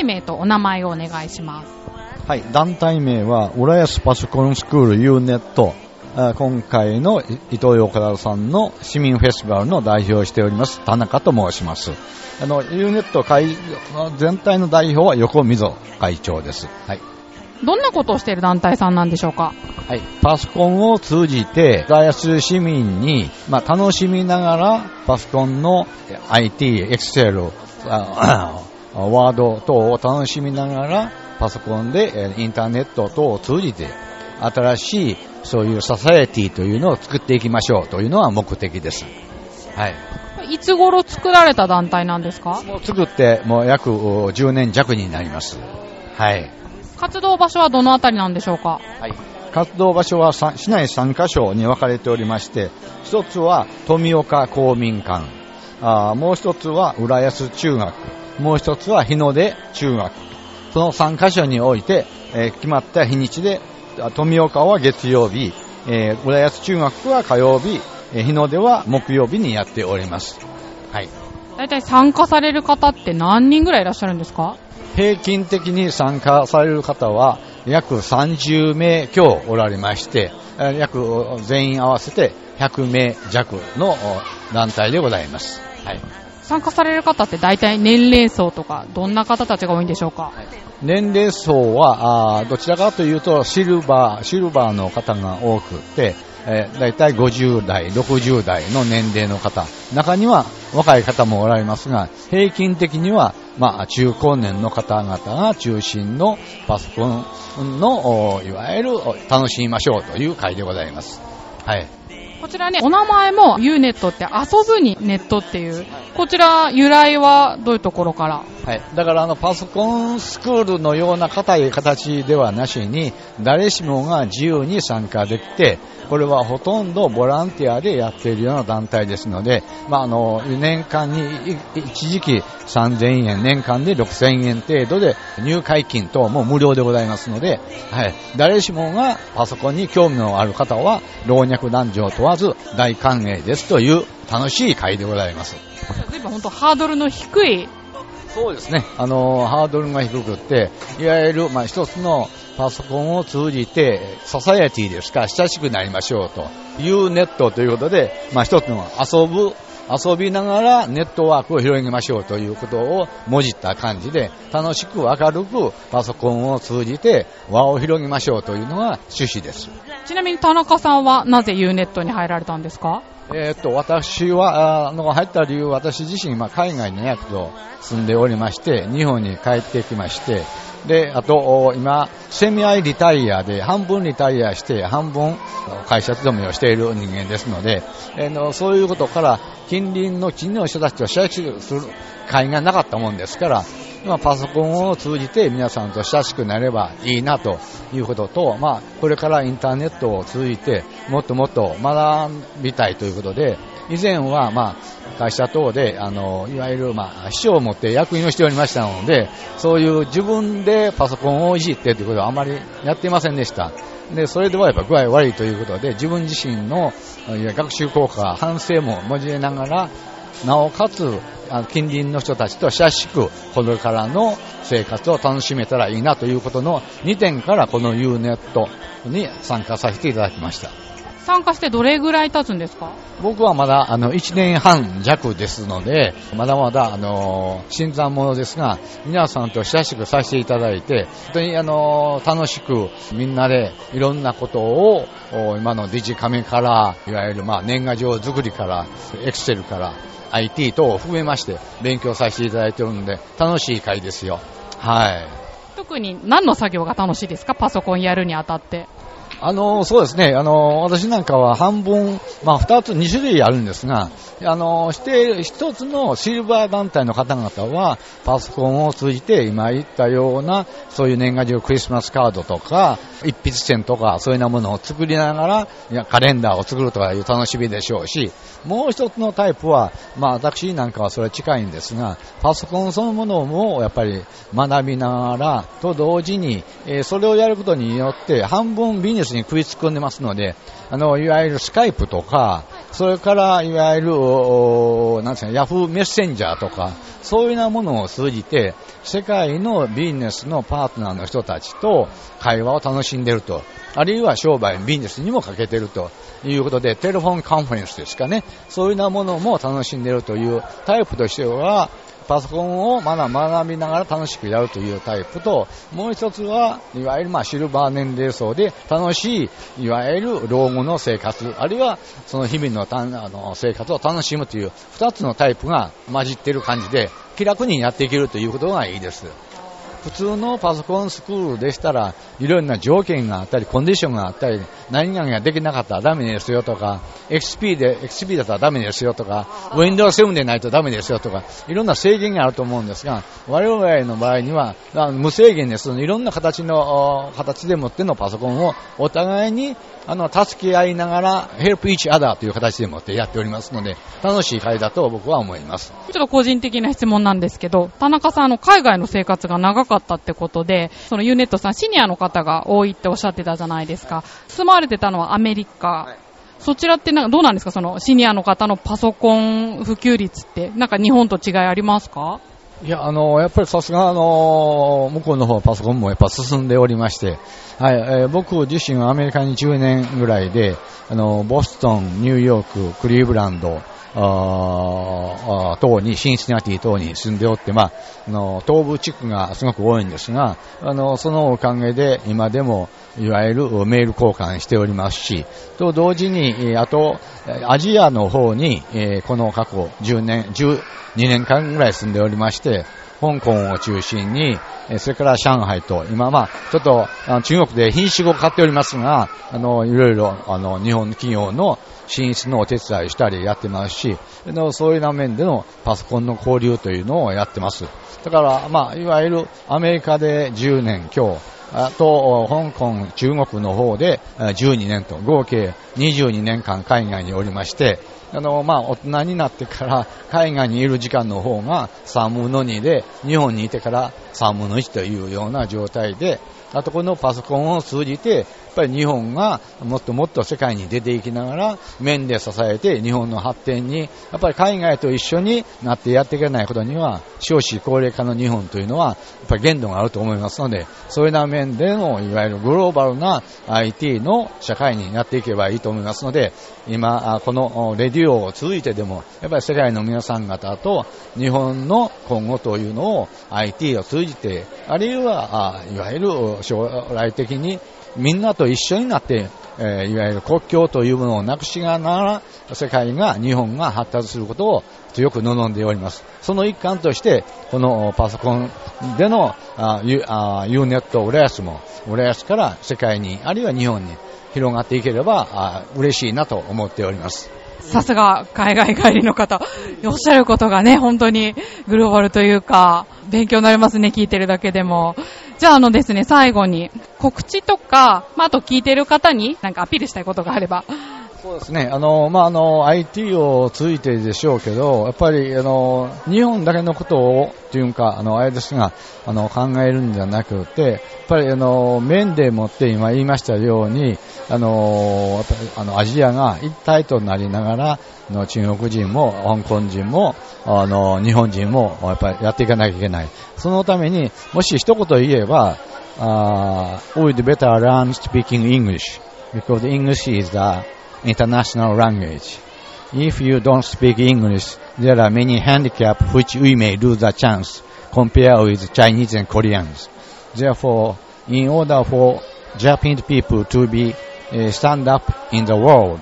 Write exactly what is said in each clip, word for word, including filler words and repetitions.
名とお名前をお願いします。 はい、団体名は浦安パソコンスクール ユーネット。今回の伊東洋華さんの市民フェスティバルの代表をしております田中と申します。あの ユーネット会全体の代表は横溝会長です。はい。 どんなことをしている団体さんなんでしょうか？ はい、パソコンを通じて浦安市民に、まあ、楽しみながらパソコンの アイティー、Excel、ワード等を楽しみながらパソコンでインターネット等を通じて新しいそういうソサエティというのを作っていきましょうというのは目的です。はい。 いつ頃作られた団体なんですか？ もう作ってもう約じゅうねん弱になります。はい。 活動場所はどのあたりなんでしょうか？ はい。活動場所は市内さんカ所に分かれておりまして、一つは富岡公民館、あもう一つは浦安中学、もう一つは日の出中学。そのさんカ所において、えー、決まった日にちで富岡は月曜日、えー、浦安中学は火曜日、えー、日の出は木曜日にやっております。はい。 だいたい参加される方って何人ぐらいいらっしゃるんですか？ 平均的に参加される方は約さんじゅうめい強おられまして、約全員合わせてひゃくめい弱の団体でございます。はい。 参加される方って大体年齢層とかどんな方たちが多いんでしょうか？はい、 年齢層はあどちらかというとシルバーシルバーの方が多くて、えー、大体ごじゅうだいろくじゅうだいの年齢の方、中には若い方もおられますが、平均的にはまあ中高年の方々が中心のパソコンのいわゆる楽しみましょうという会でございます。はい。 こちらね、お名前も ユーネットって遊ぶにネットっていう、こちら由来はどういうところから？ はい。だからあのパソコンスクールのような硬い形ではなしに、誰しもが自由に参加できて、これはほとんどボランティアでやっているような団体ですので、まああの年間に一時期さんぜんえん、年間でろくせんえん程度で入会金等も無料でございますので、はい。誰しもがパソコンに興味のある方は老若男女問わず大歓迎ですという楽しい会でございます。 随分本当ハードルの低い。 そうですね。あのハードルが低くって、いわゆるまあ一つのパソコンを通じてソサエティですか、親しくなりましょうというネットということで、まあ一つの遊ぶ遊びながらネットワークを広げましょうということをもじった感じで、楽しく明るくパソコンを通じて輪を広げましょうというのが趣旨です。 ちなみに田中さんはなぜ ユーネットに入られたんですか？ えー、っと私はあの入った理由、私自身、まあ、海外に長く住んでおりまして、日本に帰ってきまして、であと今セミアイリタイアで半分リタイアして半分会社勤めをしている人間ですので、えー、のそういうことから近隣の近隣の人たちと親しくする会がなかったもんですから、まあ、パソコンを通じて皆さんと親しくなればいいなということと、まあ、これからインターネットを通じてもっともっと学びたいということで、以前はまあ会社等であのいわゆるまあ秘書を持って役員をしておりましたので、そういう自分でパソコンをいじってということはあまりやっていませんでした。でそれではやっぱ具合悪いということで、自分自身の学習効果、反省も交えながら、なおかつ近隣の人たちと親しくこれからの生活を楽しめたらいいなということのにてんからこの ユーネットに参加させていただきました。 参加してどれぐらい経つんですか？ 僕はまだあのいちねんはん弱ですので、まだまだあの新参者ですが、皆さんと親しくさせていただいて、本当にあの楽しくみんなでいろんなことを今のデジカメから、いわゆるまあ年賀状作りから、エクセルから、アイティー 等を含めまして勉強させていただいているので、楽しい会ですよ。はい。 特に何の作業が楽しいですか？パソコンやるにあたって。 あのそうですね、あの私なんかは半分、まあ、ふたつ、に種類あるんですが、あのして一つのシルバー団体の方々はパソコンを通じて今言ったようなそういう年賀状、クリスマスカードとか一筆箋とかそういうようなものを作りながら、いやカレンダーを作るとかいう楽しみでしょうし、もう一つのタイプは、まあ、私なんかはそれ近いんですが、パソコンそのものもやっぱり学びながらと同時に、えー、それをやることによって半分ビジネスに食い突っ込んでますので、あのいわゆるスカイプとかそれからいわゆるなんですかヤフーメッセンジャーとかそういうようなものを通じて世界のビジネスのパートナーの人たちと会話を楽しんでいると、あるいは商売ビジネスにも欠けているということで、テレフォンカンファレンスですかね、そういうようなものも楽しんでいるというタイプとしては、パソコンをまだ学びながら楽しくやるというタイプと、もう一つはいわゆるまあシルバー年齢層で楽しいいわゆる老後の生活、あるいはその日々のたあの生活を楽しむという二つのタイプが混じっている感じで気楽にやっていけるということがいいです。普通のパソコンスクールでしたらいろんな条件があったりコンディションがあったり、何々ができなかったらダメですよとか、 エックスピー で エックスピー だったらダメですよとか、 ウィンドウセブン でないとダメですよとか、いろんな制限があると思うんですが、我々の場合には無制限です。いろんな形の形でもってのパソコンをお互いにあの助け合いながら help each other という形でもってやっておりますので、楽しい会だと僕は思います。 ちょっと個人的な質問なんですけど、田中さんあの海外の生活が長かったってことで、その ユーネット さんシニアの方が多いっておっしゃってたじゃないですか。住まわれてたのはアメリカ、はい、そちらってなんかどうなんですか、そのシニアの方のパソコン普及率ってなんか日本と違いありますか？ いや、あの、やっぱりさすが、あの、向こうの方パソコンもやっぱ進んでおりまして、はい、えー、僕自身はアメリカにじゅうねんぐらいで、あの、ボストン、ニューヨーク、クリーブランド、あ等に、シンシナティ等に住んでおって、まあ、あの、東部地区がすごく多いんですが、あの、そのおかげで今でも、いわゆるメール交換しておりますし、と同時に、あと、アジアの方に、えー、この過去じゅうねん、じゅうにねんかんぐらい住んでおりまして、香港を中心に、それから上海と、今まあ、ちょっと中国で品種を買っておりますが、あの、いろいろ、あの、日本企業の進出のお手伝いしたりやってますし、そういう面でのパソコンの交流というのをやってます。だから、まあ、いわゆるアメリカでじゅうねん強、あと、香港、中国の方でじゅうにねんと、合計にじゅうにねんかん海外におりまして、あの、まあ、大人になってから海外にいる時間の方がさんぶんのにで、日本にいてからさんぶんのいちというような状態で、あとこのパソコンを通じて、やっぱり日本がもっともっと世界に出ていきながら、面で支えて日本の発展に、やっぱり海外と一緒になってやっていけないことには、少子高齢化の日本というのは、やっぱり限度があると思いますので、そういうような面での、いわゆるグローバルな アイティー の社会になっていけばいいと思いますので、今、このレディオを通じてでも、やっぱり世界の皆さん方と日本の今後というのを アイティー を通じて、あるいは、いわゆる将来的にみんなと一緒になって、えー、いわゆる国境というものをなくしながら世界が日本が発達することを強く望んでおります。その一環としてこのパソコンでのあ ユーネット 浦安も浦安から世界にあるいは日本に広がっていければあ嬉しいなと思っております。 さすが海外帰りの方、おっしゃることがね本当にグローバルというか勉強になりますね、聞いてるだけでも。じゃああのですね、最後に告知とか、まあ、あと聞いてる方になんかアピールしたいことがあれば。 そうですね、あの、まあ、あの、アイティー をついてでしょうけど、やっぱり、あの、日本だけのことを、というか、あの、あれですが、あの、考えるんじゃなくて、やっぱり、あの、面でもって今言いましたように、あの、やっぱり、あの、アジアが一体となりながら、あの、中国人も、香港人も、あの、日本人も、やっぱりやっていかなきゃいけない。そのために、もし一言言えば、uh, we'd better learn speaking English, because English is the international language. If you don't speak English, there are many handicaps which we may lose the chance compared with Chinese and Koreans. Therefore, in order for Japanese people to be uh, stand up in the world,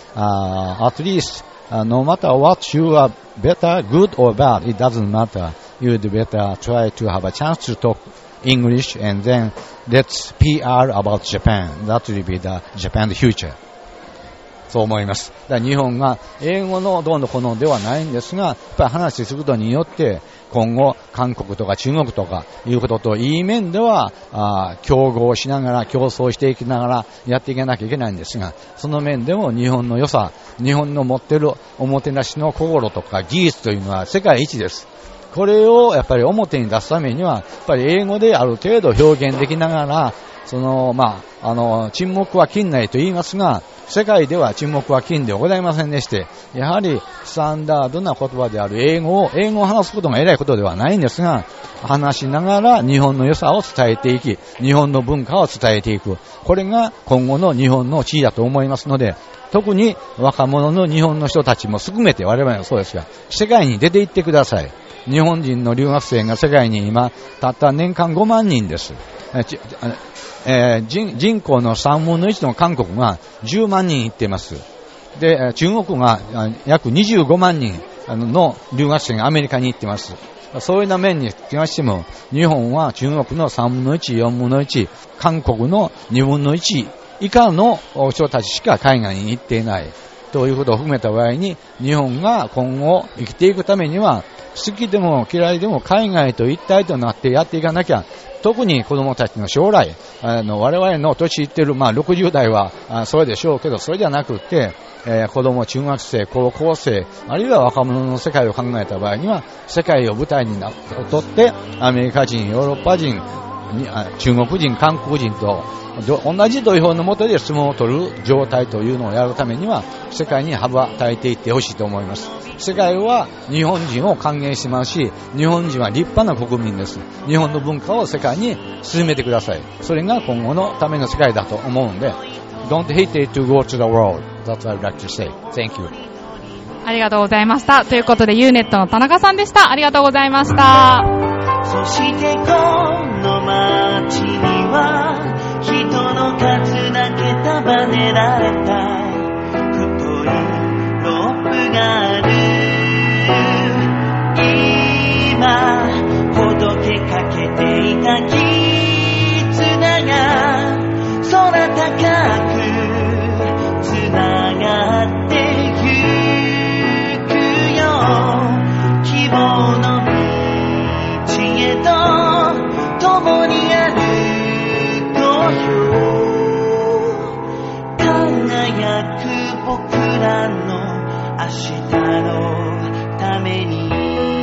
uh, at least uh, no matter what you are better, good or bad, it doesn't matter. You'd better try to have a chance to talk English and then let's P R about Japan. That will be the Japan's future.そう思います。だから日本が英語のどうのこのではないんですが、やっぱり話することによって今後韓国とか中国とかいうことといい面ではあ競合しながら競争していきながらやっていかなきゃいけないんですが、その面でも日本の良さ、日本の持っているおもてなしの心とか技術というのは世界一です。これをやっぱり表に出すためにはやっぱり英語である程度表現できながら、そのまああの沈黙は禁ないと言いますが、 世界では沈黙は金ではございませんでして、やはりスタンダードな言葉である英語を、英語を話すことが偉いことではないんですが、話しながら日本の良さを伝えていき、日本の文化を伝えていく。これが今後の日本の地位だと思いますので、特に若者の日本の人たちも含めて我々もそうですが、世界に出て行ってください。日本人の留学生が世界に今、たった年間ごまんにんです。えー、人, 人口のさんぶんのいちの韓国がじゅうまんにん行っています。で、中国が約にじゅうごまんにんの留学生がアメリカに行っています。そういうような面につきましても、日本は中国のさんぶんのいち、よんぶんのいち、韓国のにぶんのいち以下の人たちしか海外に行っていないということを含めた場合に、日本が今後生きていくためには、好きでも嫌いでも海外と一体となってやっていかなきゃ、特に子供たちの将来、あの我々の年いってる、まあろくじゅう代はあそれでしょうけど、それじゃなくて、えー、子供、中学生、高校生、あるいは若者の世界を考えた場合には、世界を舞台になとって、アメリカ人、ヨーロッパ人、中国人、韓国人と同じ土俵の下で相撲を取る状態というのをやるためには、世界に羽ばたいていってほしいと思います。世界は日本人を歓迎しますし、日本人は立派な国民です。日本の文化を世界に進めてください。それが今後のための世界だと思うんで、Don't hesitate to go to the world. That's what I'd like to say. Thank you. ありがとうございました。ということで ユーネット の田中さんでした。ありがとうございました。 そしてこの街には人の数だけ束ねられた太いロープがある。今ほどけかけていた絆が空高くつながってゆくよ。希望の道へと共に歩こうよ。輝く僕らの明日のために。